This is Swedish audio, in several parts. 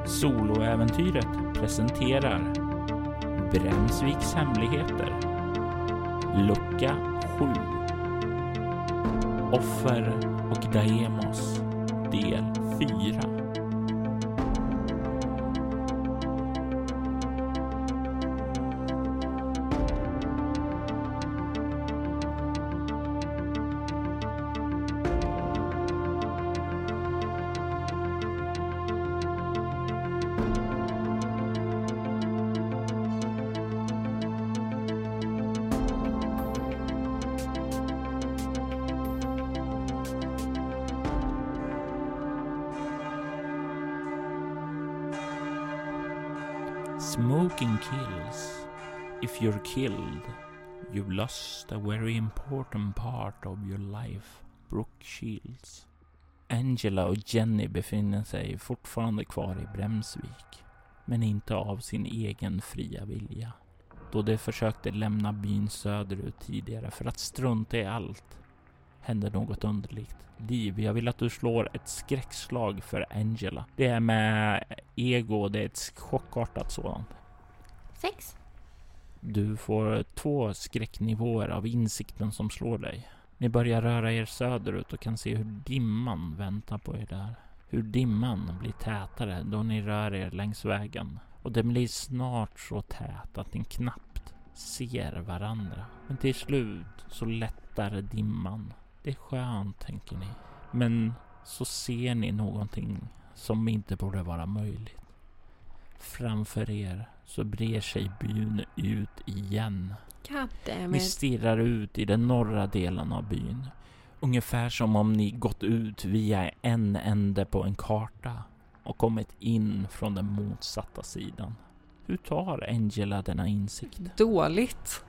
Soloäventyret presenterar Bremsviks hemligheter, lucka 7, Offer och Daemos, del 4. Smoking kills. If you're killed, you've lost a very important part of your life. Brooke Shields. Angela och Jenny befinner sig fortfarande kvar i Bremsvik, men inte av sin egen fria vilja. Då de försökte lämna byn söderut tidigare för att strunta i allt, händer något underligt. Liv, jag vill att du slår ett skräckslag för Angela. Det är med ego, det är ett chockartat sådant. 6. Du får 2 skräcknivåer av insikten som slår dig. Ni börjar röra er söderut och kan se hur dimman väntar på er där. Hur dimman blir tätare då ni rör er längs vägen. Och den blir snart så tät att ni knappt ser varandra. Men till slut så lättar dimman. Det är skönt, tänker ni. Men så ser ni någonting som inte borde vara möjligt. Framför er så brer sig byn ut igen. Ni stirrar ut i den norra delen av byn. Ungefär som om ni gått ut via en ände på en karta och kommit in från den motsatta sidan. Hur tar Angela denna insikt? Dåligt.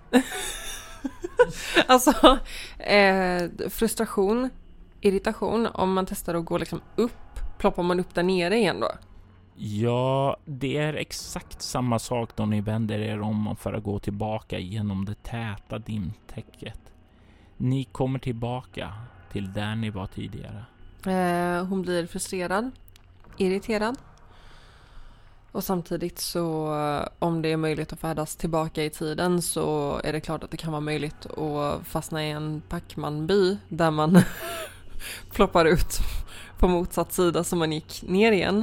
Alltså, frustration, irritation. Om man testar att gå liksom upp, ploppar man upp där nere igen då? Ja, det är exakt samma sak då ni vänder er om för att gå tillbaka genom det täta dimtäcket. Ni kommer tillbaka till där ni var tidigare. Hon blir frustrerad, irriterad. Och samtidigt så, om det är möjligt att färdas tillbaka i tiden, så är det klart att det kan vara möjligt att fastna i en Pac-Man-by där man ploppar ut på motsatt sida som man gick ner igen.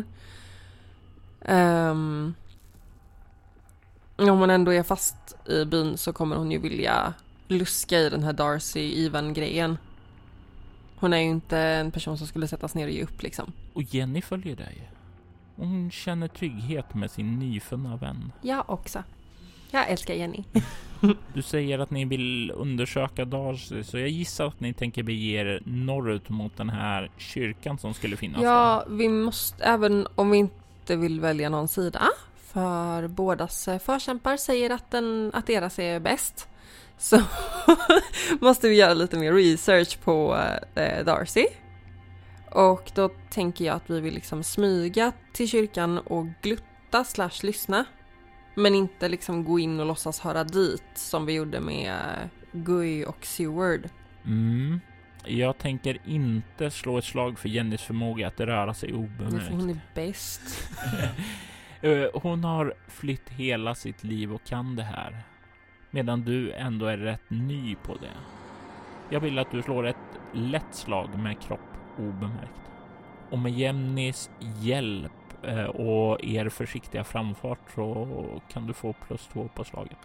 Om man ändå är fast i byn så kommer hon ju vilja luska i den här Darcy-Even-grejen. Hon är ju inte en person som skulle sättas ner och ge upp liksom. Och Jenny följer dig. Hon känner trygghet med sin nyfunna vän. Jag också. Jag älskar Jenny. Du säger att ni vill undersöka Darcy, så jag gissar att ni tänker bege er norrut mot den här kyrkan som skulle finnas ja, där. Vi måste, även om vi inte vill välja någon sida, för bådas förkämpar säger att deras är bäst, så måste vi göra lite mer research på Darcy. Och då tänker jag att vi vill liksom smyga till kyrkan och glutta / lyssna. Men inte liksom gå in och låtsas höra dit som vi gjorde med Guy och Seward. Jag tänker inte slå ett slag för Jennys förmåga att röra sig obemärkt. Hon är bäst. Hon har flytt hela sitt liv och kan det här. Medan du ändå är rätt ny på det. Jag vill att du slår ett lätt slag med kropp obemärkt. Och med Jennys hjälp och er försiktiga framfart så kan du få +2 på slaget.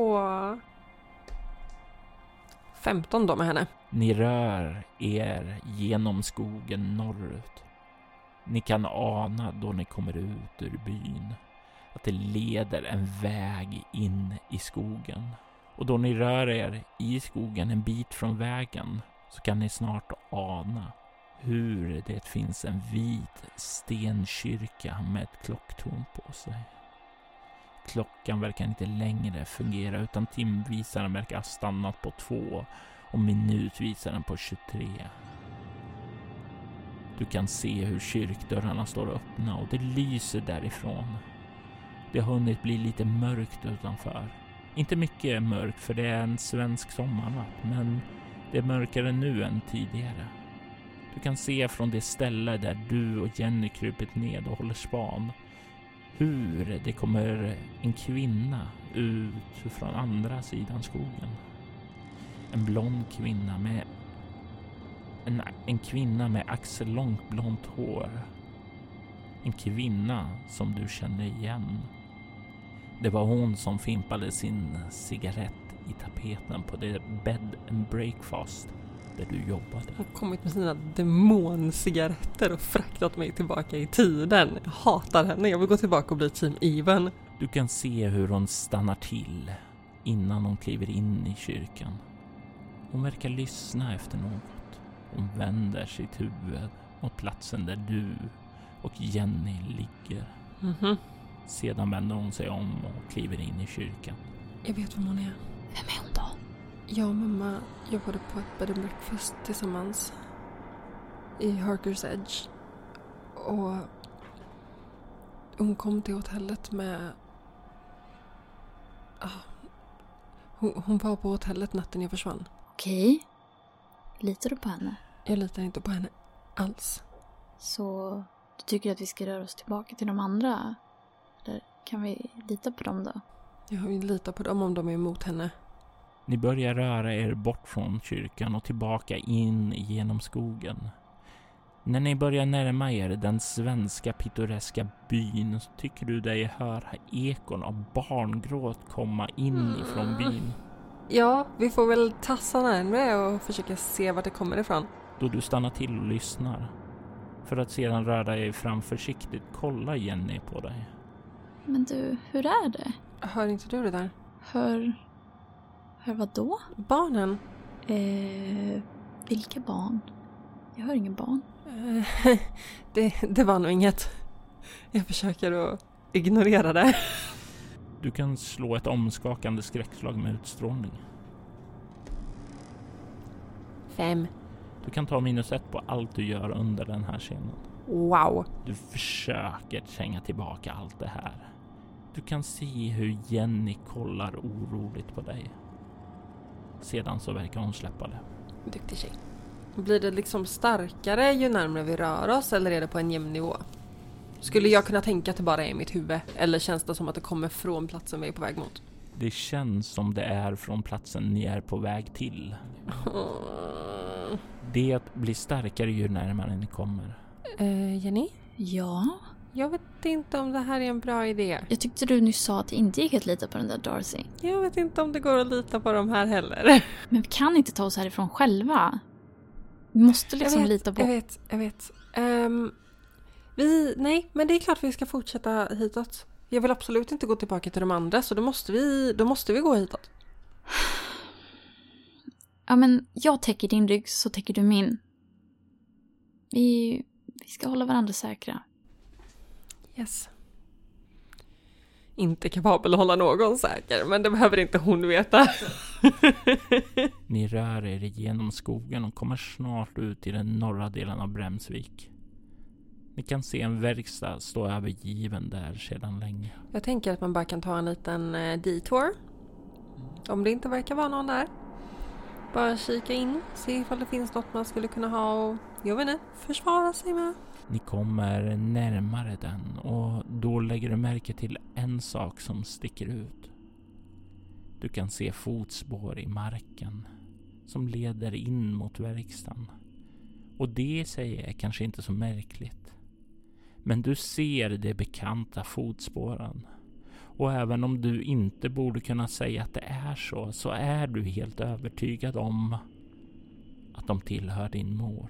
15 då med henne. Ni rör er genom skogen norrut. Ni kan ana då ni kommer ut ur byn att det leder en väg in i skogen. Och då ni rör er i skogen en bit från vägen så kan ni snart ana hur det finns en vit stenkyrka med ett klocktorn på sig. Klockan verkar inte längre fungera utan timvisaren verkar ha stannat på 2 och minutvisaren på 23. Du kan se hur kyrkdörrarna står öppna och det lyser därifrån. Det har hunnit bli lite mörkt utanför. Inte mycket mörkt för det är en svensk sommarnatt, men det är mörkare nu än tidigare. Du kan se från det ställe där du och Jenny krupit ned och håller span hur det kommer en kvinna ut från andra sidan skogen. En blond kvinna med en kvinna med axellångt blont hår. En kvinna som du känner igen. Det var hon som fimpade sin cigarett i tapeten på det bed and breakfast där du jobbade. Hon har kommit med sina demoncigaretter och fraktat mig tillbaka i tiden. Jag hatar henne. Jag vill gå tillbaka och bli Team Even. Du kan se hur hon stannar till innan hon kliver in i kyrkan. Hon verkar lyssna efter något. Hon vänder sitt huvud mot platsen där du och Jenny ligger. Sedan vänder hon sig om och kliver in i kyrkan. Jag vet vem hon är. Vem är hon då? Jag och mamma jobbade på ett bed and breakfast tillsammans i Harker's Edge. Och hon kom till hotellet med... Hon var på hotellet natten jag försvann. Okej. Litar du på henne? Jag litar inte på henne alls. Så du tycker att vi ska röra oss tillbaka till de andra? Eller kan vi lita på dem då? Jag vill lita på dem om de är emot henne. Ni börjar röra er bort från kyrkan och tillbaka in genom skogen. När ni börjar närma er den svenska pittoreska byn så tycker du dig höra ekon av barngråt komma in ifrån byn. Ja, vi får väl tassa närmare och försöka se vart det kommer ifrån. Då du stannar till och lyssnar. För att sedan röra dig fram försiktigt kollar Jenny på dig. Men du, hur är det? Hör inte du det där? Hör vad då? Barnen. Vilka barn? Jag hör ingen barn. Det var nog inget. Jag försöker att ignorera det. Du kan slå ett omskakande skräckslag med utstrålning. 5. Du kan ta -1 på allt du gör under den här scenen. Wow. Du försöker tränga tillbaka allt det här. Du kan se hur Jenny kollar oroligt på dig. Sedan så verkar hon släppa det. Duktig tjej. Blir det liksom starkare ju närmare vi rör oss eller är det på en jämn nivå? Skulle jag kunna tänka att det bara är i mitt huvud? Eller känns det som att det kommer från platsen vi är på väg mot? Det känns som det är från platsen ni är på väg till. Det blir starkare ju närmare ni kommer. Jenny? Ja? Jag vet inte om det här är en bra idé. Jag tyckte du nyss sa att det inte gick att lita på den där Darcy. Jag vet inte om det går att lita på de här heller. Men vi kan inte ta oss härifrån själva. Vi måste liksom lita på... Jag vet. Nej, men det är klart vi ska fortsätta hitåt. Jag vill absolut inte gå tillbaka till de andra, så då måste vi gå hitåt. Ja, men jag täcker din rygg så täcker du min. Vi ska hålla varandra säkra. Yes. Inte kapabel att hålla någon säker, men det behöver inte hon veta. Ni rör er genom skogen och kommer snart ut i den norra delen av Bremsvik. Ni kan se en verkstad stå övergiven där sedan länge. Jag tänker att man bara kan ta en liten detour. Om det inte verkar vara någon där. Bara kika in, se ifall det finns något man skulle kunna ha och, jag vet inte, försvara sig med. Ni kommer närmare den och då lägger du märke till en sak som sticker ut. Du kan se fotspår i marken som leder in mot verkstaden. Och det i sig är kanske inte så märkligt. Men du ser de bekanta fotspåren. Och även om du inte borde kunna säga att det är så är du helt övertygad om att de tillhör din mor.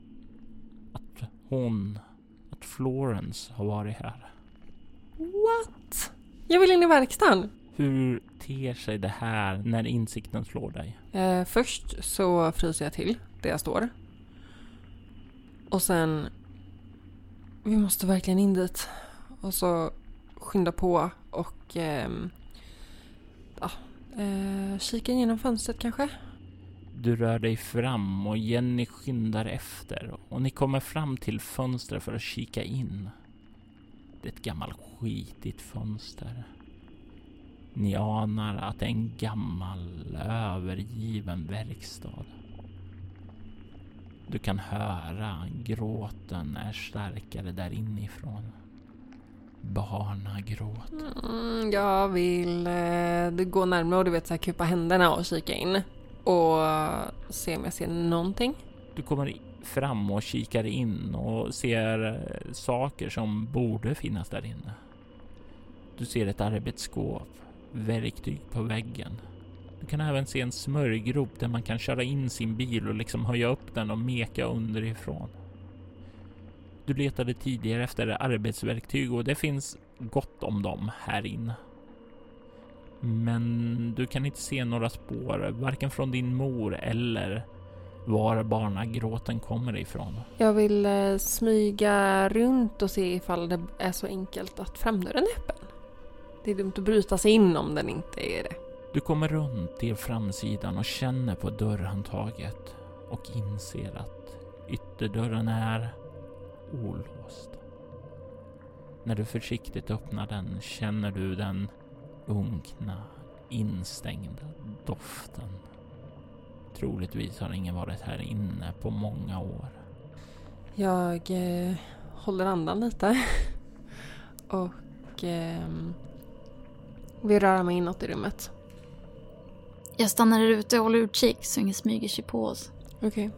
Att Florence har varit här. What? Jag vill in i verkstaden. Hur ter sig det här när insikten slår dig? Först så fryser jag till där jag står. Och sen... Vi måste verkligen in dit. Och så skynda på och... kika genom fönstret kanske. Du rör dig fram och Jenny skyndar efter. Och ni kommer fram till fönstret för att kika in. Det är ett gammalt skitigt fönster. Ni anar att det är en gammal övergiven verkstad. Du kan höra gråten är starkare där inifrån. barnagråt. Jag vill gå närmare och du vet så här, kupa händerna och kika in. Och se om jag ser någonting. Du kommer fram och kikar in och ser saker som borde finnas där inne. Du ser ett arbetsskåp, verktyg på väggen. Du kan även se en smörjgrop där man kan köra in sin bil och liksom höja upp den och meka underifrån. Du letade tidigare efter arbetsverktyg och det finns gott om dem här inne. Men du kan inte se några spår, varken från din mor eller var barnagråten kommer ifrån. Jag vill smyga runt och se ifall det är så enkelt att framdörren är öppen. Det är dumt att bryta sig in om den inte är det. Du kommer runt till framsidan och känner på dörrhandtaget och inser att ytterdörren är olåst. När du försiktigt öppnar den känner du den unkna, instängda doften. Troligtvis har ingen varit här inne på många år. Jag håller andan lite och vill röra mig inåt i rummet. Jag stannar där ute och håller utkik så ingen smyger sig på oss. Okej.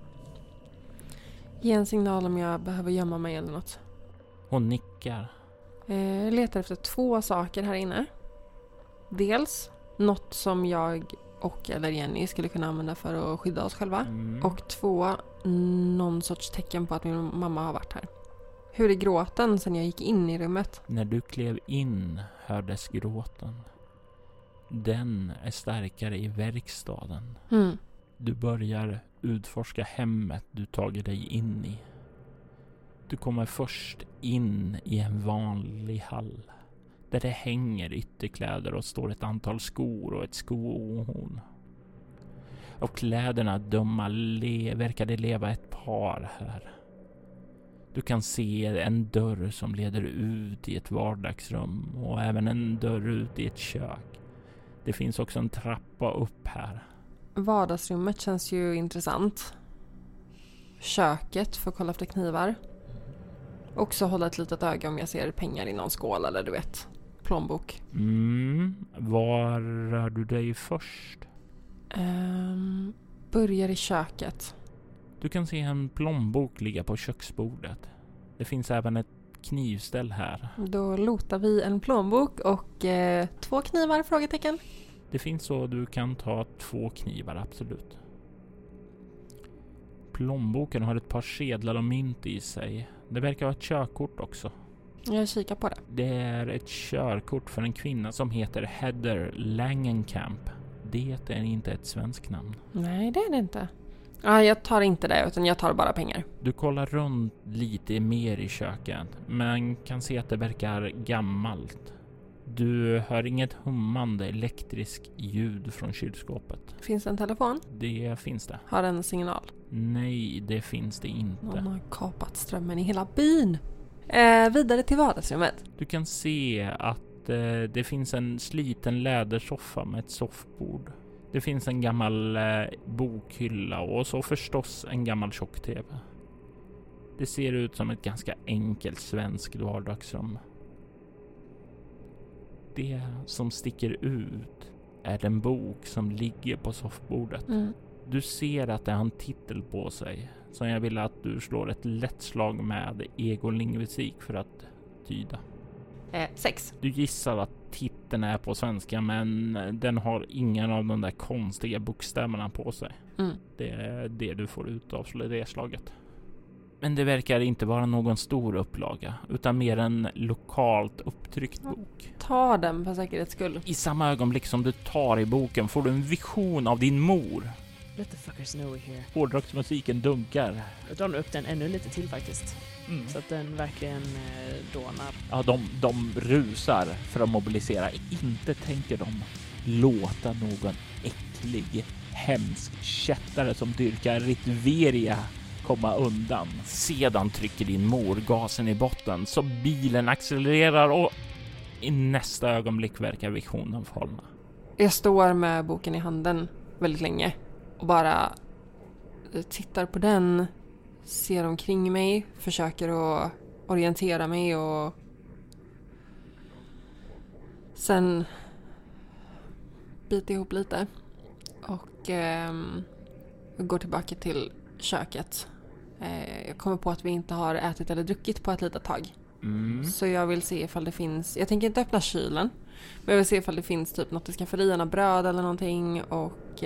Ge en signal om jag behöver gömma mig eller något. Hon nickar. Jag letar efter 2 saker här inne. Dels något som jag och eller Jenny skulle kunna använda för att skydda oss själva. Och 2, någon sorts tecken på att min mamma har varit här. Hur är gråten sen jag gick in i rummet? När du klev in hördes gråten. Den är starkare i verkstaden. Du börjar utforska hemmet du tagit dig in i. Du kommer först in i en vanlig hall. Där det hänger ytterkläder och står ett antal skor och ett skohorn. Av kläderna döma verkade leva ett par här. Du kan se en dörr som leder ut i ett vardagsrum och även en dörr ut i ett kök. Det finns också en trappa upp här. Vardagsrummet känns ju intressant. Köket för att kolla efter knivar. Också hålla ett litet öga om jag ser pengar i någon skål eller du vet, plånbok. Var rör du dig först? Börjar i köket. Du kan se en plånbok ligga på köksbordet. Det finns även ett knivställ här. Då lotar vi en plånbok och 2 knivar, frågetecken. Det finns så du kan ta 2 knivar, absolut. Plånboken har ett par sedlar och mynt i sig. Det verkar ha ett körkort också. Jag kikar på det. Det är ett körkort för en kvinna som heter Heather Langenkamp. Det är inte ett svenskt namn. Nej, det är det inte. Jag tar inte det utan jag tar bara pengar. Du kollar runt lite mer i köket men kan se att det verkar gammalt. Du hör inget hummande elektriskt ljud från kylskåpet. Finns det en telefon? Det finns det. Har den signal? Nej, det finns det inte. De har kapat strömmen i hela byn. Vidare till vardagsrummet. Du kan se att det finns en sliten lädersoffa med ett soffbord. Det finns en gammal bokhylla och så förstås en gammal tjock-tv. Det ser ut som ett ganska enkelt svenskt vardagsrum. Det som sticker ut är den bok som ligger på soffbordet. Du ser att det har en titel på sig som jag vill att du slår ett lätt slag med egolingvistik för att tyda. 6. Du gissar att titeln är på svenska men den har ingen av de där konstiga bokstäverna på sig. Det är det du får ut av det slaget. Men det verkar inte vara någon stor upplaga utan mer en lokalt upptryckt bok. Ta den för säkerhets skull. I samma ögonblick som du tar i boken får du en vision av din mor. Let the fuckers know we're here. Hårdrocksmusiken dunkar. Jag drar upp den ännu lite till faktiskt. Så att den verkligen dånar. Ja, de rusar för att mobilisera. Inte tänker de låta någon äcklig, hemsk kättare som dyrkar Ritveria komma undan. Sedan trycker din mor gasen i botten så bilen accelererar och i nästa ögonblick verkar visionen falna. Jag står med boken i handen väldigt länge och bara tittar på den, ser omkring mig, försöker att orientera mig och Sen biter ihop lite och går tillbaka till köket. Jag kommer på att vi inte har ätit eller druckit på ett litet tag. Så jag vill se ifall det finns... Jag tänker inte öppna kylen. Men jag vill se ifall det finns typ något i skafferierna, bröd eller någonting och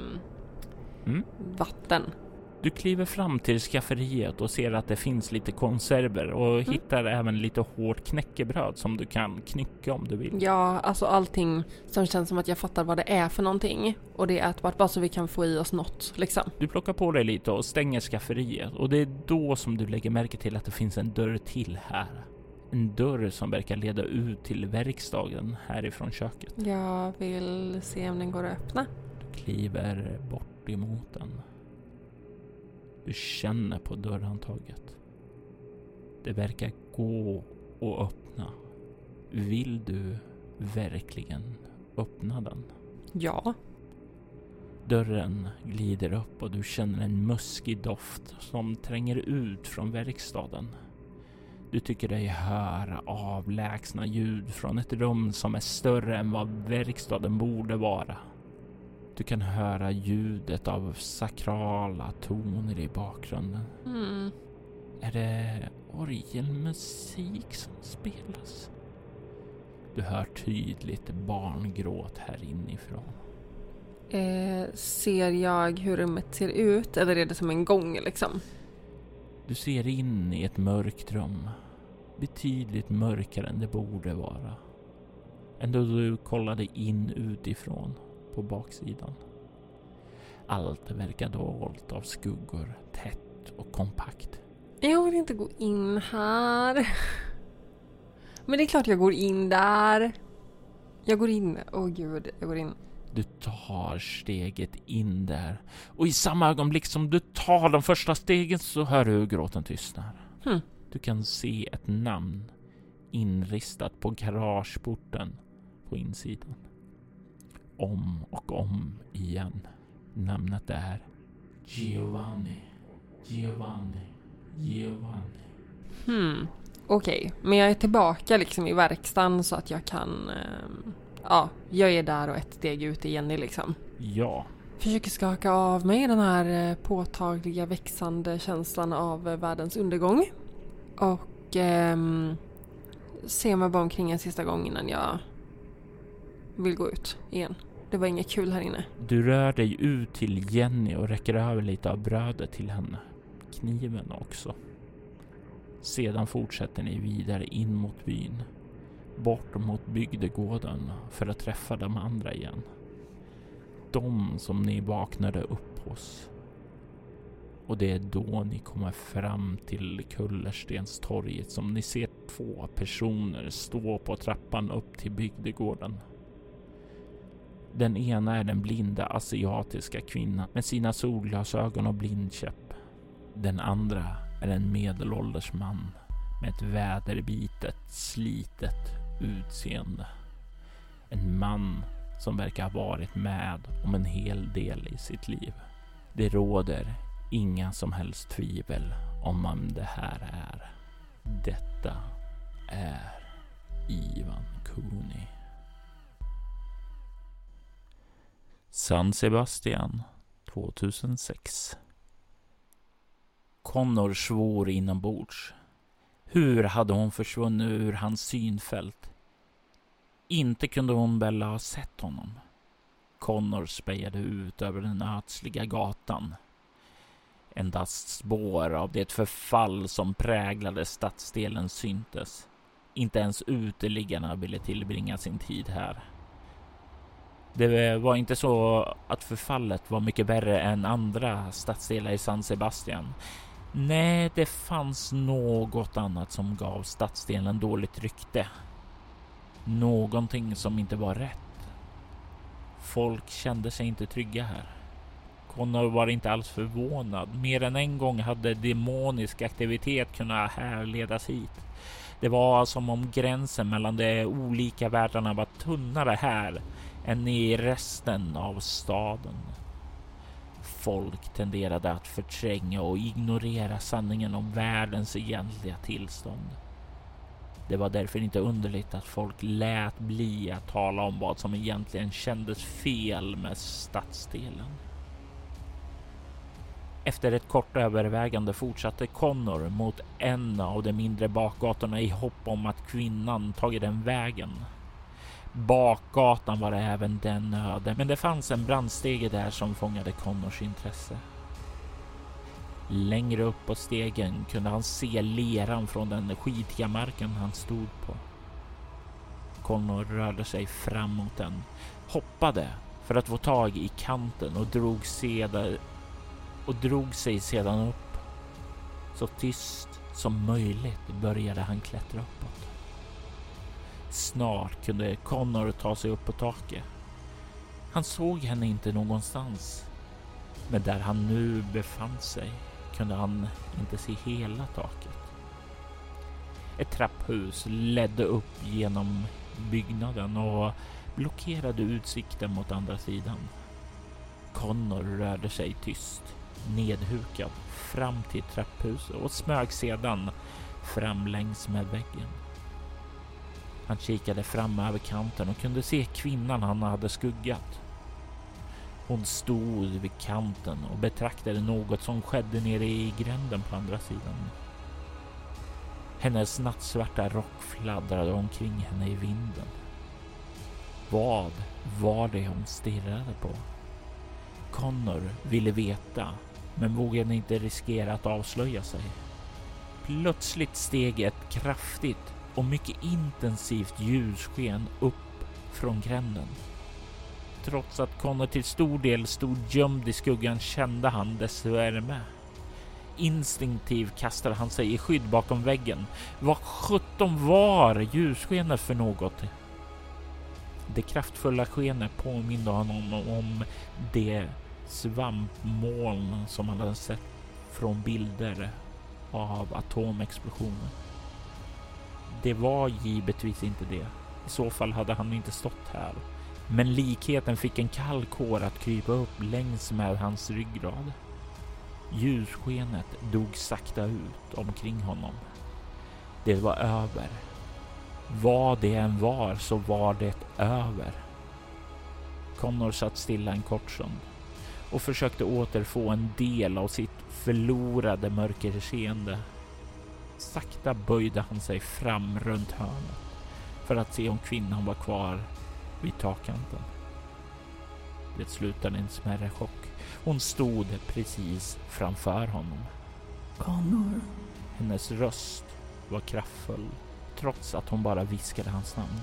vatten. Du kliver fram till skafferiet och ser att det finns lite konserver och hittar även lite hårt knäckebröd som du kan knycka om du vill. Ja, alltså allting som känns som att jag fattar vad det är för någonting. Och det är ätbart bara så vi kan få i oss något, liksom. Du plockar på dig lite och stänger skafferiet och det är då som du lägger märke till att det finns en dörr till här. En dörr som verkar leda ut till verkstaden härifrån köket. Jag vill se om den går att öppna. Du kliver bort emot den. Du känner på dörrhandtaget. Det verkar gå att öppna. Vill du verkligen öppna den? Ja. Dörren glider upp och du känner en muskig doft som tränger ut från verkstaden. Du tycker dig höra avlägsna ljud från ett rum som är större än vad verkstaden borde vara. Du kan höra ljudet av sakrala toner i bakgrunden. Är det orgelmusik som spelas? Du hör tydligt barngråt här inifrån. Ser jag hur rummet ser ut eller är det som en gång liksom? Du ser in i ett mörkt rum. Betydligt mörkare än det borde vara. Ändå du kollade in utifrån på baksidan. Allt verkar dolt av skuggor, tätt och kompakt. Jag vill inte gå in här. Men det är klart jag går in där. Jag går in. Åh gud, jag går in. Du tar steget in där. Och i samma ögonblick som du tar de första stegen så hör du hur gråten tystnar. Du kan se ett namn inristat på garageporten på insidan. Om och om igen. Namnet är Giovanni. Okej, men jag är tillbaka liksom i verkstaden så att jag kan... jag är där och ett steg ut igen liksom. Ja. Försöker skaka av mig den här påtagliga växande känslan av världens undergång. Och ser mig bara omkring en sista gång innan jag vill gå ut igen. Det var inget kul här inne. Du rör dig ut till Jenny och räcker över lite av brödet till henne. Kniven också. Sedan fortsätter ni vidare in mot byn. Bort mot bygdegården för att träffa de andra igen. De som ni vaknade upp hos. Och det är då ni kommer fram till Kullerstenstorget som ni ser 2 personer stå på trappan upp till bygdegården. Den ena är den blinda asiatiska kvinnan med sina solglasögon och blindkäpp. Den andra är en medelålders man med ett väderbitet, slitet utseende. En man som verkar ha varit med om en hel del i sitt liv. Det råder inga som helst tvivel om vem det här är. Detta är Ivan Cooney. San Sebastian 2006. Connor svor inombords. Hur hade hon försvunnit ur hans synfält? Inte kunde hon väl ha sett honom. Connor spejade ut över den ödsliga gatan. Endast spår av det förfall som präglade stadsdelen syntes. Inte ens uteliggarna ville tillbringa sin tid här. Det var inte så att förfallet var mycket värre än andra stadsdelar i San Sebastian. Nej, det fanns något annat som gav stadsdelen dåligt rykte. Någonting som inte var rätt. Folk kände sig inte trygga här. Connor var inte alls förvånad. Mer än en gång hade demonisk aktivitet kunnat härledas hit. Det var som om gränsen mellan de olika världarna var tunnare här än i resten av staden. Folk tenderade att förtränga och ignorera sanningen om världens egentliga tillstånd. Det var därför inte underligt att folk lät bli att tala om vad som egentligen kändes fel med stadsdelen. Efter ett kort övervägande fortsatte Connor mot en av de mindre bakgatorna i hopp om att kvinnan tagit den vägen. Bakgatan var även den öde, men det fanns en brandstege där som fångade Connors intresse. Längre upp på stegen kunde han se leran från den skitiga marken han stod på. Connor rörde sig fram mot den, hoppade för att få tag i kanten och drog sig sedan upp. Så tyst som möjligt började han klättra uppåt. Snart kunde Connor ta sig upp på taket. Han såg henne inte någonstans, men där han nu befann sig kunde han inte se hela taket. Ett trapphus ledde upp genom byggnaden och blockerade utsikten mot andra sidan. Connor rörde sig tyst, nedhukad, fram till trapphuset och smög sedan fram längs med väggen. Han kikade fram över kanten och kunde se kvinnan han hade skuggat. Hon stod vid kanten och betraktade något som skedde nere i gränden på andra sidan. Hennes nattsvarta rock fladdrade omkring henne i vinden. Vad var det hon stirrade på? Connor ville veta, men vågade inte riskera att avslöja sig. Plötsligt steg ett kraftigt och mycket intensivt ljussken upp från gränden. Trots att Connor till stor del stod gömd i skuggan kände han dess värme. Instinktivt kastade han sig i skydd bakom väggen. Vad 17 var ljusskenet för något? Det kraftfulla skenet påminde honom om det svampmoln som han hade sett från bilder av atomexplosioner. Det var givetvis inte det. I så fall hade han inte stått här. Men likheten fick en kall kår att krypa upp längs med hans ryggrad. Ljusskenet dog sakta ut omkring honom. Det var över. Vad det än var så var det över. Connor satt stilla en kort stund och försökte återfå en del av sitt förlorade mörkerseende. Sakta böjde han sig fram runt hörnet för att se om kvinnan var kvar vid takkanten. Det slutade en smärre chock. Hon stod precis framför honom. Connor. Hennes röst var kraftfull, trots att hon bara viskade hans namn.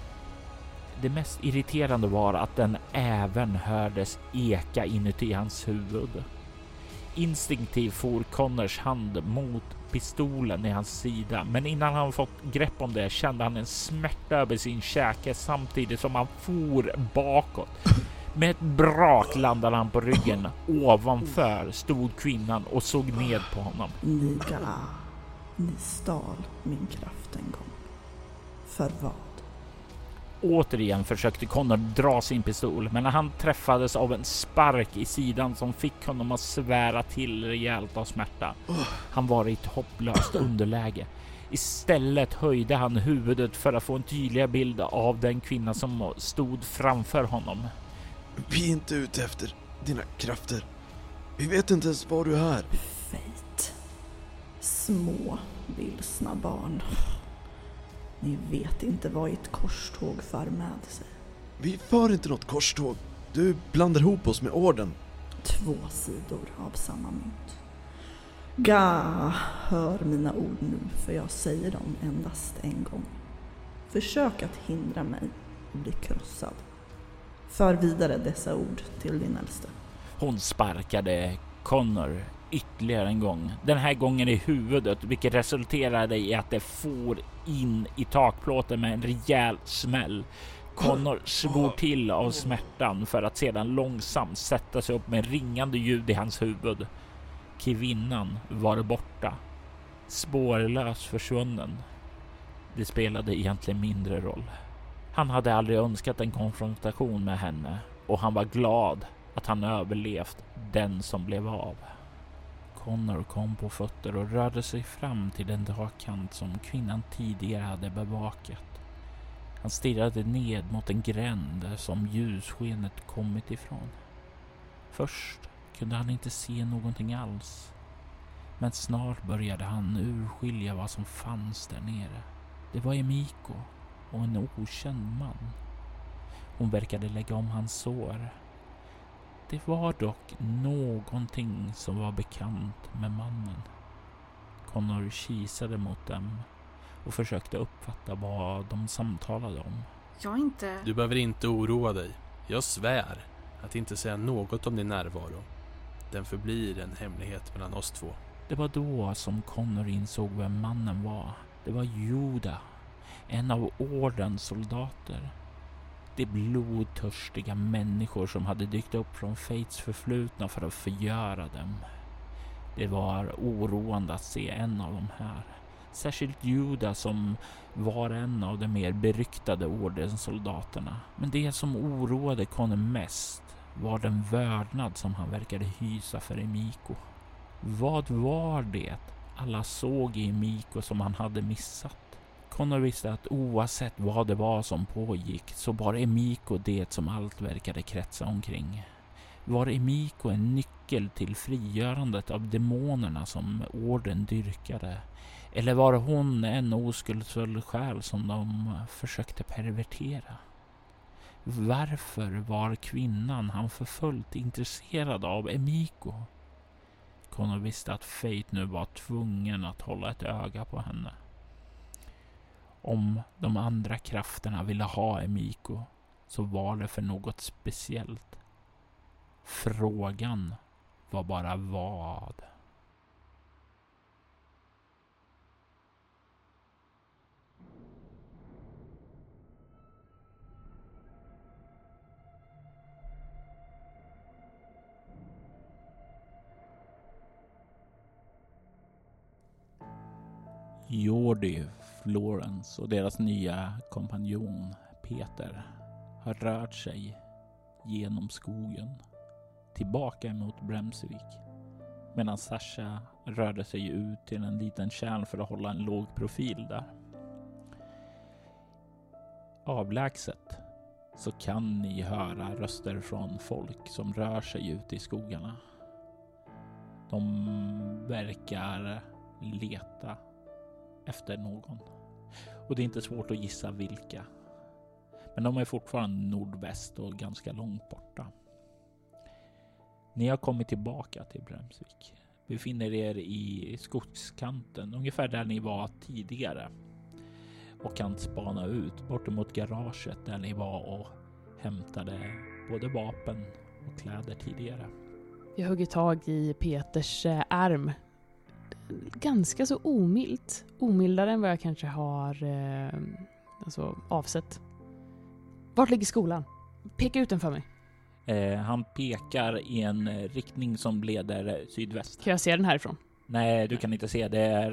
Det mest irriterande var att den även hördes eka inuti hans huvud. Instinktivt for Connors hand mot pistolen i hans sida, men innan han fått grepp om det kände han en smärta över sin käke samtidigt som han for bakåt. Med ett brak landade han på ryggen. Ovanför stod kvinnan och såg ned på honom. Ni stal min kraft en gång. För vad? Återigen försökte Connor dra sin pistol, men när han träffades av en spark i sidan som fick honom att svära till rejält av smärta. Han var i ett hopplöst underläge. Istället höjde han huvudet för att få en tydlig bild av den kvinna som stod framför honom. Vi är inte ute efter dina krafter. Vi vet inte ens var du är. Fate. Små, vilsna barn. Ni vet inte vad ett korståg för med sig. Vi för inte något korståg. Du blandar ihop oss med orden. 2 sidor av samma mynt. Hör mina ord nu, för jag säger dem endast en gång. Försök att hindra mig och bli krossad. För vidare dessa ord till din äldste. Hon sparkade Connor ytterligare en gång. Den här gången i huvudet, vilket resulterade i att det for in i takplåten med en rejäl smäll. Connor svor till av smärtan för att sedan långsamt sätta sig upp med ringande ljud i hans huvud. Kvinnan var borta. Spårlöst försvunnen. Det spelade egentligen mindre roll. Han hade aldrig önskat en konfrontation med henne och han var glad att han överlevt den som blev av. Connor kom på fötter och rörde sig fram till den drakkant som kvinnan tidigare hade bevakat. Han stirrade ned mot en gränd som ljusskenet kommit ifrån. Först kunde han inte se någonting alls. Men snart började han urskilja vad som fanns där nere. Det var Emiko och en okänd man. Hon verkade lägga om hans sår. Det var dock någonting som var bekant med mannen. Connor kisade mot dem och försökte uppfatta vad de samtalade om. Du behöver inte oroa dig. Jag svär att inte säga något om din närvaro. Den förblir en hemlighet mellan oss två. Det var då som Connor insåg vem mannen var. Det var Judah, en av ordens soldater. De blodtörstiga människor som hade dykt upp från Fates förflutna för att förgöra dem. Det var oroande att se en av dem här. Särskilt Judah som var en av de mer beryktade ordenssoldaterna. Men det som oroade Connor mest var den vördnad som han verkade hysa för Emiko. Vad var det alla såg i Emiko som han hade missat? Connor visste att oavsett vad det var som pågick så var Emiko det som allt verkade kretsa omkring. Var Emiko en nyckel till frigörandet av demonerna som orden dyrkade? Eller var hon en oskuldsfull själ som de försökte pervertera? Varför var kvinnan han förföljt intresserad av Emiko? Connor visste att Fate nu var tvungen att hålla ett öga på henne. Om de andra krafterna ville ha Emiko så var det för något speciellt. Frågan var bara vad. Jordi, Florence och deras nya kompanjon Peter har rört sig genom skogen tillbaka mot Bremsvik, medan Sasha rörde sig ut till en liten kärn för att hålla en låg profil där. Avlägset så kan ni höra röster från folk som rör sig ut i skogarna. De verkar leta efter någon. Och det är inte svårt att gissa vilka. Men de är fortfarande nordväst och ganska långt borta. Ni har kommit tillbaka till Bremsvik. Befinner er i skogskanten, ungefär där ni var tidigare. Och kan spana ut bortemot garaget där ni var och hämtade både vapen och kläder tidigare. Jag hugger tag i Peters arm. Ganska så omilt. Omildare än vad jag kanske har avsett. Vart ligger skolan? Peka ut den för mig. Han pekar i en riktning som leder sydväst. Kan jag se den härifrån? Nej, du kan inte se.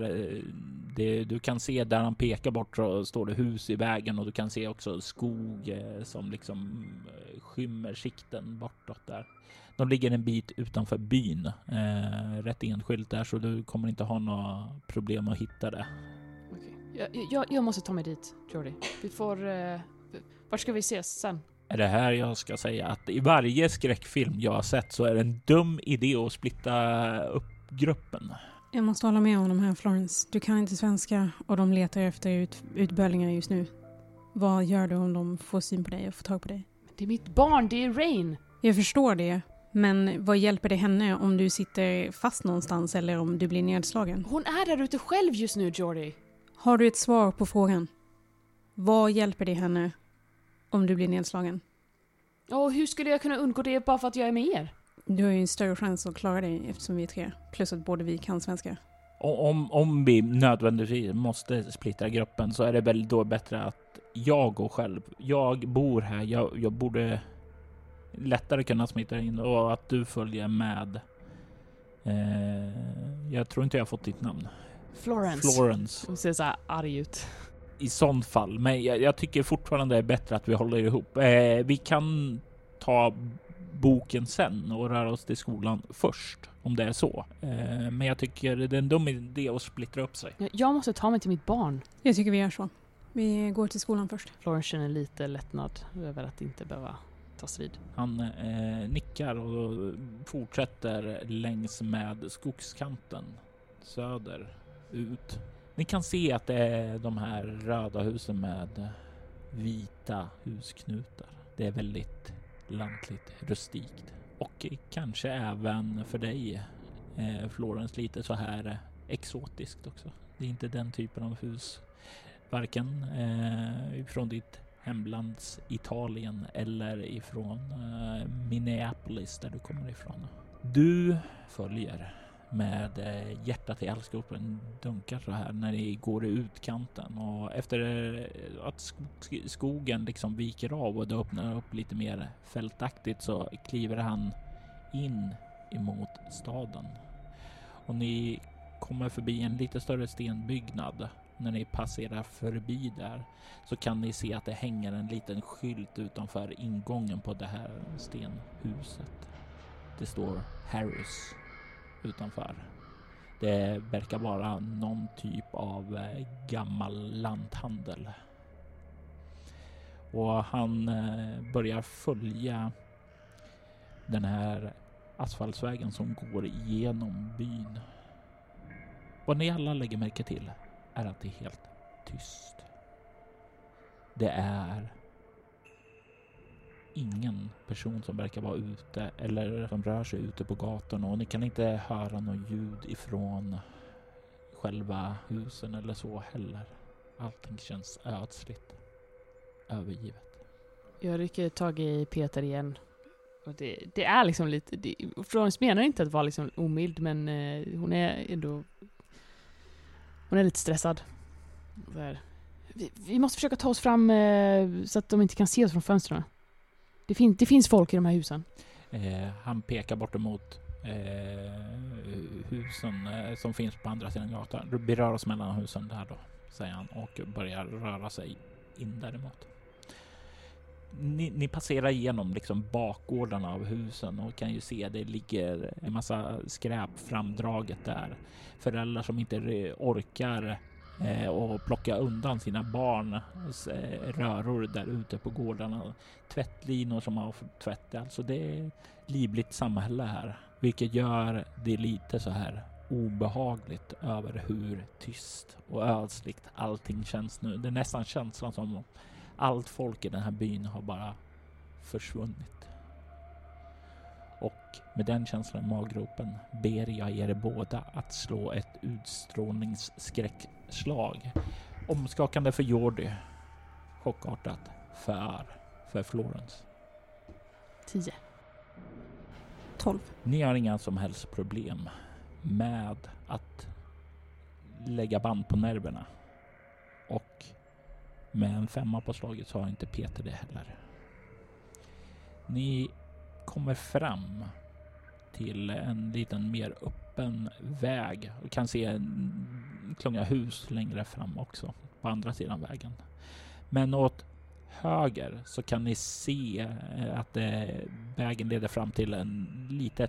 Du kan se där han pekar bort så står det hus i vägen och du kan se också skog som liksom skymmer sikten bortåt där. De ligger en bit utanför byn. Rätt enskilt där så du kommer inte ha några problem att hitta det. Okej. Jag måste ta mig dit, Jordi. Vi får... Var ska vi ses sen? Är det här jag ska säga att i varje skräckfilm jag har sett så är det en dum idé att splitta upp gruppen. Jag måste hålla med honom här, Florence. Du kan inte svenska och de letar efter utbölingar just nu. Vad gör du om de får syn på dig och får tag på dig? Det är mitt barn, det är Rain. Jag förstår det. Men vad hjälper det henne om du sitter fast någonstans eller om du blir nedslagen? Hon är där ute själv just nu, Jordi. Har du ett svar på frågan? Vad hjälper det henne om du blir nedslagen? Och hur skulle jag kunna undgå det bara för att jag är med er? Du har ju en större chans att klara dig eftersom vi är 3. Plus att både vi kan svenska. Om vi nödvändigtvis måste splittra gruppen så är det väl då bättre att jag går själv. Jag bor här. Jag borde lättare kunna smita in och att du följer med. Jag tror inte jag har fått ditt namn. Florence. Hon ser så här arg ut. I sånt fall. Men jag tycker fortfarande det är bättre att vi håller ihop. Vi kan ta boken sen och röra oss till skolan först, om det är så. Men jag tycker det är en dum idé att splittra upp sig. Jag måste ta mig till mitt barn. Jag tycker vi gör så. Vi går till skolan först. Florence känner lite lättnad över att inte behöva ta strid. Han nickar och fortsätter längs med skogskanten söder ut. Ni kan se att det är de här röda husen med vita husknutar. Det är väldigt lantligt, rustikt. Och kanske även för dig, Florence, lite så här exotiskt också. Det är inte den typen av hus, varken från ditt hemlands Italien eller ifrån Minneapolis där du kommer ifrån. Du följer med hjärtat i halsgropen, dunkar så här när ni går i utkanten, och efter att skogen liksom viker av och det öppnar upp lite mer fältaktigt så kliver han in emot staden. Och ni kommer förbi en lite större stenbyggnad. När ni passerar förbi där så kan ni se att det hänger en liten skylt utanför ingången på det här stenhuset. Det står Harris utanför. Det verkar vara någon typ av gammal lanthandel. Och han börjar följa den här asfaltsvägen som går igenom byn. Vad ni alla lägger märke till är att det är helt tyst. Det är ingen person som verkar vara ute eller som rör sig ute på gatan, och ni kan inte höra något ljud ifrån själva husen eller så heller. Allting känns ödsligt, övergivet. Jag rycker tag i Peter igen. Och det är liksom lite... Florence menar inte att vara liksom omild, men hon är ändå... Hon är lite stressad. Vi måste försöka ta oss fram så att de inte kan se oss från fönstren. Det finns folk i de här husen. Han pekar bort emot husen som finns på andra sidan gatan. Vi rör oss mellan husen där då, säger han, och börjar röra sig in däremot. Ni passerar igenom liksom bakgårdarna av husen och kan ju se det ligger en massa skräp framdraget där. Föräldrar som inte orkar och plocka undan sina barns röror där ute på gårdarna. Tvättlinor som har fått tvätta. Alltså det är livligt samhälle här, vilket gör det lite så här obehagligt över hur tyst och ödsligt allting känns nu. Det är nästan känslan som allt folk i den här byn har bara försvunnit. Och med den känslan i maggropen ber jag er båda att slå ett utstrålningsskräckslag. Omskakande för Jordi. Chockartat för Florence. 10. 12. Ni har inga som helst problem med att lägga band på nerverna. Och med en 5 på slaget så har inte Peter det heller. Ni kommer fram till en liten mer öppen väg och kan se en klunga hus längre fram också på andra sidan vägen. Men åt höger så kan ni se att vägen leder fram till en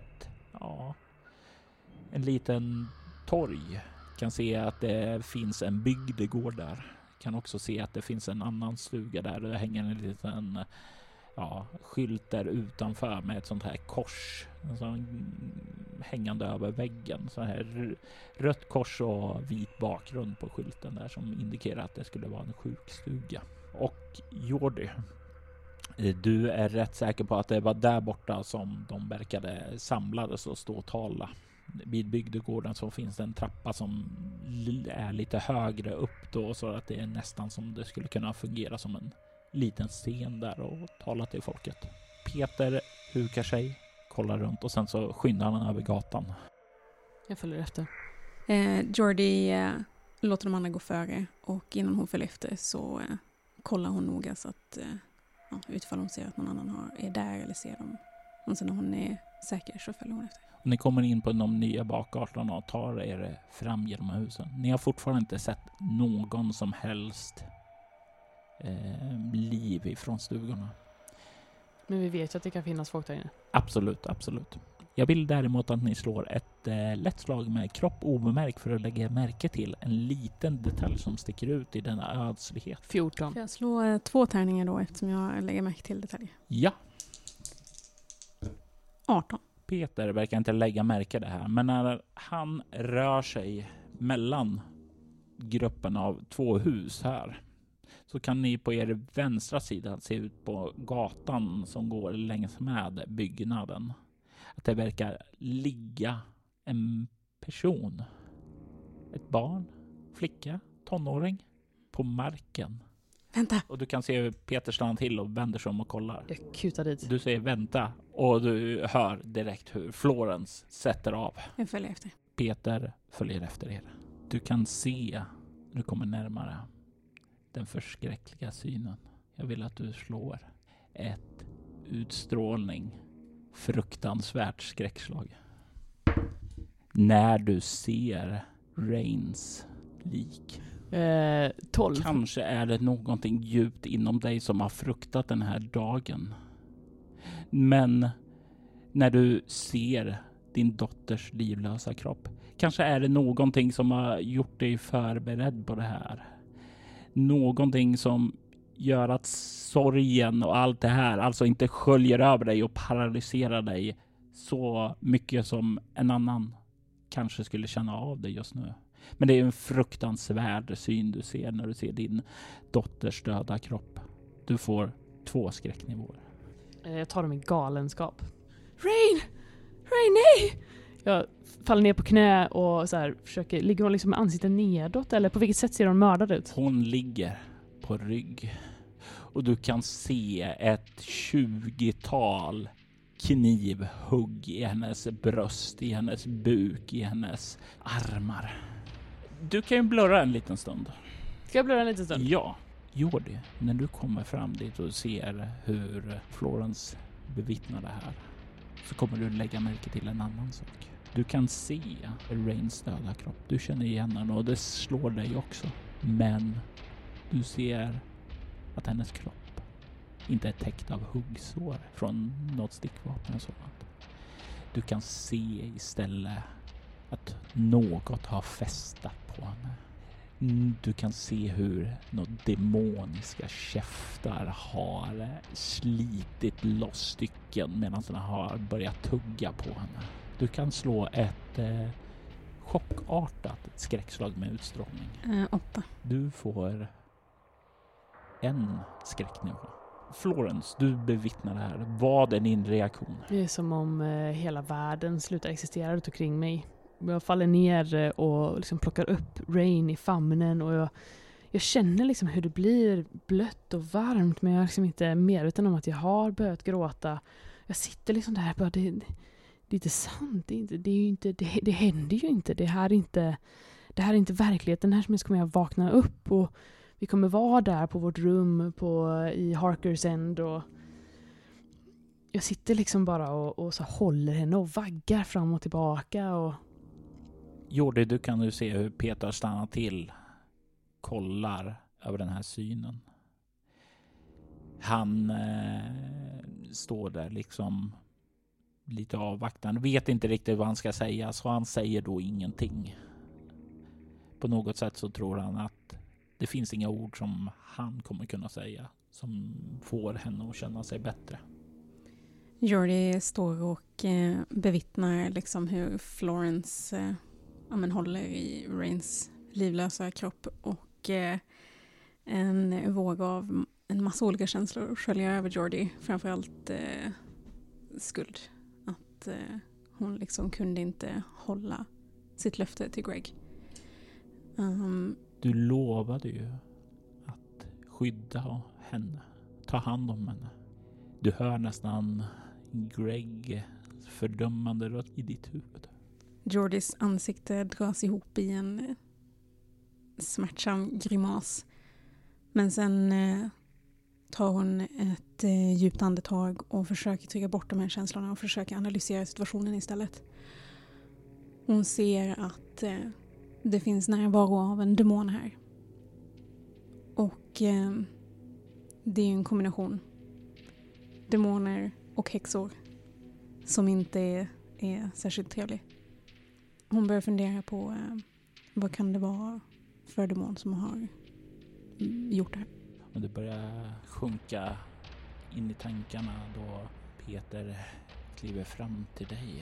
liten torg. Kan se att det finns en bygdegård där. Kan också se att det finns en annan stuga där och det hänger en liten skylt där utanför med ett sånt här kors hängande över väggen. Så här rött kors och vit bakgrund på skylten där som indikerar att det skulle vara en sjukstuga. Och Jordi, du är rätt säker på att det var där borta som de verkade samlades och stå och tala. Vid bygdegården så finns det en trappa som är lite högre upp då, så att det är nästan som det skulle kunna fungera som en liten scen där och tala till folket. Peter hukar sig, kollar runt och sen så skyndar han över gatan. Jag följer efter. Jordi låter de andra gå före, och innan hon följer efter så kollar hon noga så att utifall hon ser att någon annan är där eller ser dem. Och sen när hon är säker så följer hon efter. Ni kommer in på de nya bakgatorna och tar er fram genom husen. Ni har fortfarande inte sett någon som helst liv ifrån stugorna. Men vi vet ju att det kan finnas folk där inne. Absolut, absolut. Jag vill däremot att ni slår ett lätt slag med kropp obemärkt för att lägga märke till en liten detalj som sticker ut i denna ödslighet. 14. Får jag slå 2 tärningar då eftersom jag lägger märke till detaljer? Ja. 18. Peter verkar inte lägga märke det här, men när han rör sig mellan gruppen av 2 hus här så kan ni på er vänstra sida se ut på gatan som går längs med byggnaden att det verkar ligga en person, ett barn, flicka, tonåring på marken. Vänta! Och du kan se hur Peter stannar till och vänder sig om och kollar. Jag kutar dit. Du säger vänta och du hör direkt hur Florence sätter av. Jag följer efter. Peter följer efter er. Du kan se, när du kommer närmare, den förskräckliga synen. Jag vill att du slår ett utstrålning, fruktansvärt skräckslag. När du ser Rains lik. 12. Kanske är det någonting djupt inom dig som har fruktat den här dagen. Men när du ser din dotters livlösa kropp, kanske är det någonting som har gjort dig förberedd på det här. Någonting som gör att sorgen och allt det här alltså inte sköljer över dig och paralyserar dig så mycket som en annan kanske skulle känna av dig just nu. Men det är en fruktansvärd syn du ser när du ser din dotters döda kropp. Du får 2 skräcknivåer. Jag tar dem i galenskap. Rain! Rain, nej! Jag faller ner på knä och så här försöker... Ligger hon liksom med ansiktet nedåt? Eller på vilket sätt ser hon mördad ut? Hon ligger på rygg. Och du kan se ett 20-tal knivhugg i hennes bröst, i hennes buk, i hennes armar. Du kan ju blurra en liten stund. Ska jag blurra en liten stund? Ja, gör det. När du kommer fram dit och ser hur Florence bevittnar det här så kommer du lägga märke till en annan sak. Du kan se Rains döda kropp. Du känner igen henne och det slår dig också. Men du ser att hennes kropp inte är täckt av huggsår från något stickvapen och sådant. Du kan se istället att något har fästat på henne. Du kan se hur några demoniska käftar har slitit loss stycken medan de har börjat tugga på henne. Du kan slå ett chockartat skräckslag med utstrålning. 8. Du får en skräcknivå. Florence, du bevittnar det här. Vad är din reaktion? Det är som om hela världen slutar existera runt omkring mig. Jag faller ner och liksom plockar upp Rain i famnen och jag känner liksom hur det blir blött och varmt, men jag är liksom inte medveten om att jag har börjat gråta. Jag sitter liksom där och bara, det är inte sant, det händer ju inte. Det här är inte verkligheten. Här som kommer jag vakna upp och vi kommer vara där på vårt rum i Harkers End och jag sitter liksom bara och så håller henne och vaggar fram och tillbaka och Jordi, du kan ju se hur Peter stannar till, kollar över den här synen. Han står där liksom lite avvaktande, vet inte riktigt vad han ska säga, så han säger då ingenting. På något sätt så tror han att det finns inga ord som han kommer kunna säga som får henne att känna sig bättre. Jordi står och bevittnar liksom hur Florence håller i Rains livlösa kropp och en våg av en massa olika känslor sköljer över Jordi. Framförallt skuld. Att hon liksom kunde inte hålla sitt löfte till Greg. Du lovade ju att skydda henne, ta hand om henne. Du hör nästan Greg fördömande röst i ditt huvud. Jordis ansikte dras ihop i en smärtsam grimas. Men sen tar hon ett djupt andetag och försöker trycka bort de här känslorna och försöker analysera situationen istället. Hon ser att det finns närvaro av en demon här. Och det är en kombination. demoner och häxor som inte är särskilt trevlig. Hon börjar fundera på vad kan det vara för demon som har gjort det här. Och det börjar sjunka in i tankarna då Peter kliver fram till dig.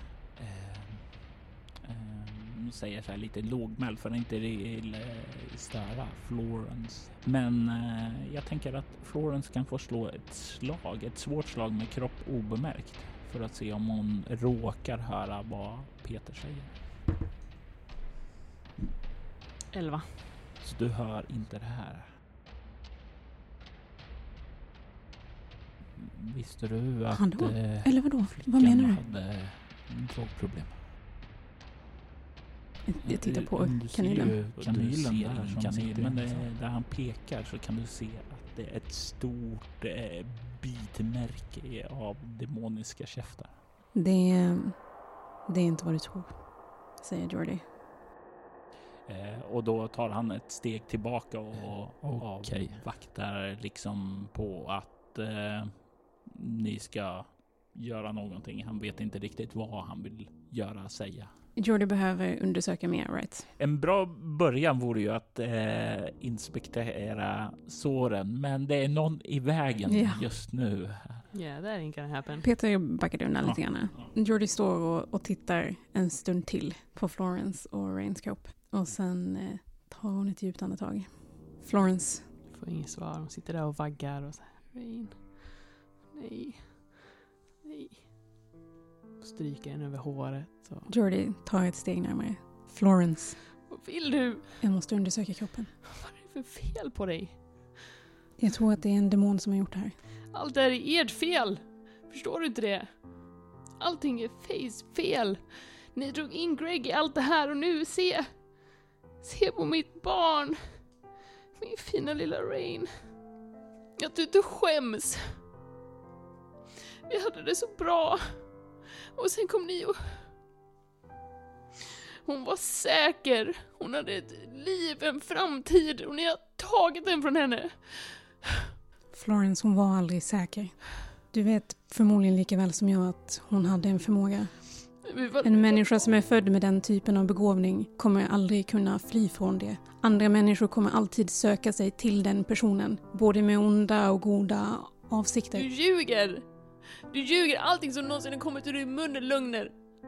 Säger så här lite lågmäld för att inte störa Florence. Men jag tänker att Florence kan få slå ett svårt slag med kropp obemärkt för att se om hon råkar höra vad Peter säger. 11. Så du hör inte det här. Visste du att Hallå? Eller vadå? Vad menar du? hade drogproblem? Jag tittar på Om kanylen. Kanylen där som sitter, men där han pekar så kan du se att det är ett stort bitmärke av demoniska käftar. Det är inte vad du tror, säger Jordi. Och då tar han ett steg tillbaka och avvaktar liksom på att ni ska göra någonting. Han vet inte riktigt vad han vill säga. Jordi behöver undersöka mer, right? En bra början vore ju att inspektera såren, men det är någon i vägen just nu. Yeah, that ain't gonna happen. Peter backade undan lite grann. Jordi står och tittar en stund till på Florence och Rains kropp. Och sen tar hon ett djupt andetag. Florence. Får inget svar. Hon sitter där och vaggar och så här. Rain. Nej. Stryker henne över håret. Och... Jordi tar ett steg närmare. Florence. Vad vill du? Jag måste undersöka kroppen. Vad är det för fel på dig? Jag tror att det är en demon som har gjort det här. Allt är ert fel. Förstår du inte det? Allting är fel. Ni drog in Greg i allt det här och nu se på mitt barn. Min fina lilla Rain. Att du inte skäms. Vi hade det så bra. Och sen kom ni och... Hon var säker. Hon hade ett liv, en framtid. Och ni har tagit den från henne. Florence, hon var aldrig säker. Du vet förmodligen lika väl som jag att hon hade en förmåga. En människa som är född med den typen av begåvning kommer aldrig kunna fly från det. Andra människor kommer alltid söka sig till den personen. Både med onda och goda avsikter. Du ljuger! Du ljuger, allting som någonsin kommit ur din mun är lögner.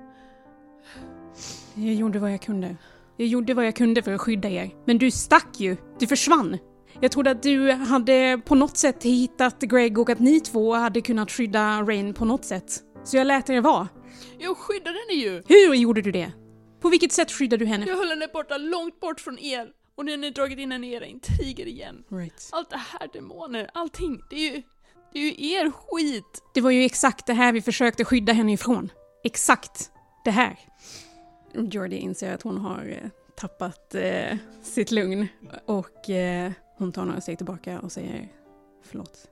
Jag gjorde vad jag kunde. Jag gjorde vad jag kunde för att skydda er. Men du stack ju. Du försvann. Jag trodde att du hade på något sätt hittat Greg och att ni två hade kunnat skydda Rain på något sätt. Så jag lät er vara. Jag skyddade henne ju. Hur gjorde du det? På vilket sätt skyddade du henne? Jag höll henne borta, långt bort från er. Och nu har ni dragit in henne i era intriger igen. Right. Allt det här, demoner, allting, det är ju er skit. Det var ju exakt det här vi försökte skydda henne ifrån. Exakt det här. Jordi inser att hon har tappat sitt lugn. Och hon tar några steg tillbaka och säger förlåt.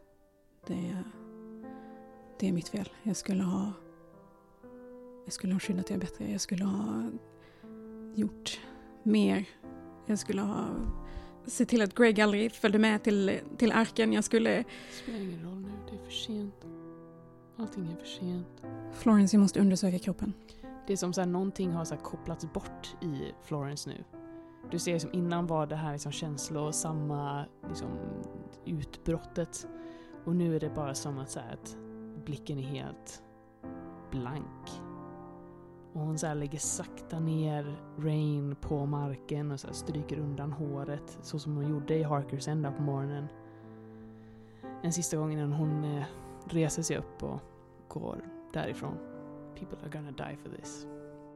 Det är mitt fel. Jag skulle ha skyddat er bättre. Jag skulle ha gjort mer. Jag skulle ha sett till att Greg aldrig följde med till arken. Det spelar ingen roll nu, det är för sent. Allting är för sent. Florence, jag måste undersöka kroppen. Det är som så här, någonting har så här kopplats bort i Florence nu. Du ser som innan var det här liksom känslosamma liksom utbrottet. Och nu är det bara som att, så här, att blicken är helt blank. Och hon så här lägger sakta ner Rain på marken och så här stryker undan håret. Så som hon gjorde i Harkers ända på morgonen. En sista gång innan hon reser sig upp och går därifrån. People are gonna die for this.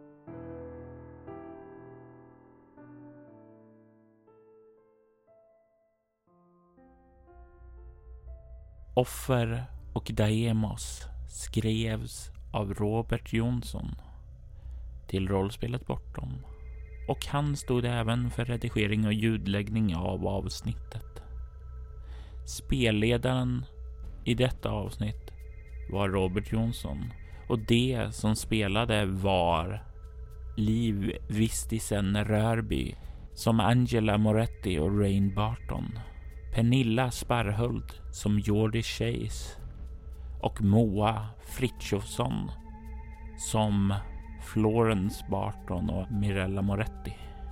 Offer och Daemos skrevs av Robert Jonsson till rollspelet Bortom. Och han stod även för redigering och ljudläggning av avsnittet. Spelledaren i detta avsnitt var Robert Jonsson. Och det som spelade var Liv Vistisen Rörby som Angela Moretti och Rain Barton. Pernilla Sparhult som Jordi Chase och Moa Frithiofsson som Florence Barton och Mirella Moretti.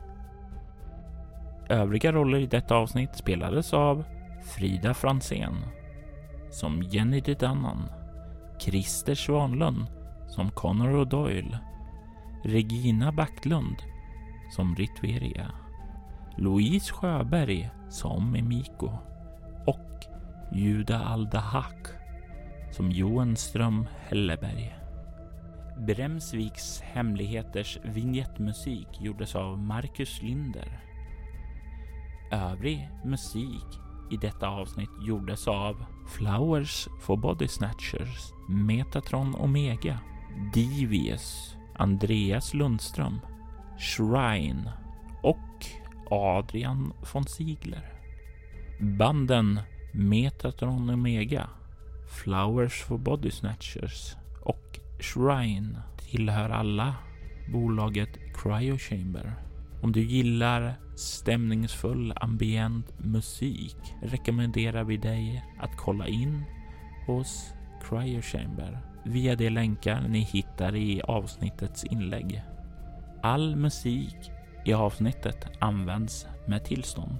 Övriga roller i detta avsnitt spelades av Frida Fransén som Jenny Dunnan, Christer Svanlund som Connor O'Doyle, Regina Backlund som Ritveria, Louise Sjöberg som Emiko och Juda Aldahak som Johan Ström Helleberg. Bremsviks hemligheters vignettmusik gjordes av Marcus Linder. Övrig musik i detta avsnitt gjordes av Flowers for Body Snatchers, Metatron Omega, Devious, Andreas Lundström, Shrine och Adrian von Ziegler. Banden Metatron Omega, Flowers for Body Snatchers och Shrine tillhör alla bolaget Cryo Chamber. Om du gillar stämningsfull ambient musik rekommenderar vi dig att kolla in hos Cryo Chamber via de länkar ni hittar i avsnittets inlägg. All musik i avsnittet används med tillstånd.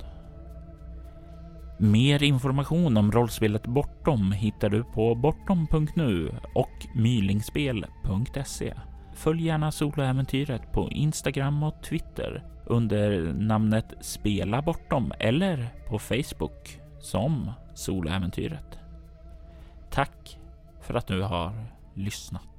Mer information om rollspelet Bortom hittar du på bortom.nu och mylingspel.se. Följ gärna Soloäventyret på Instagram och Twitter under namnet Spela Bortom eller på Facebook som Soloäventyret. Tack för att du har lyssnat.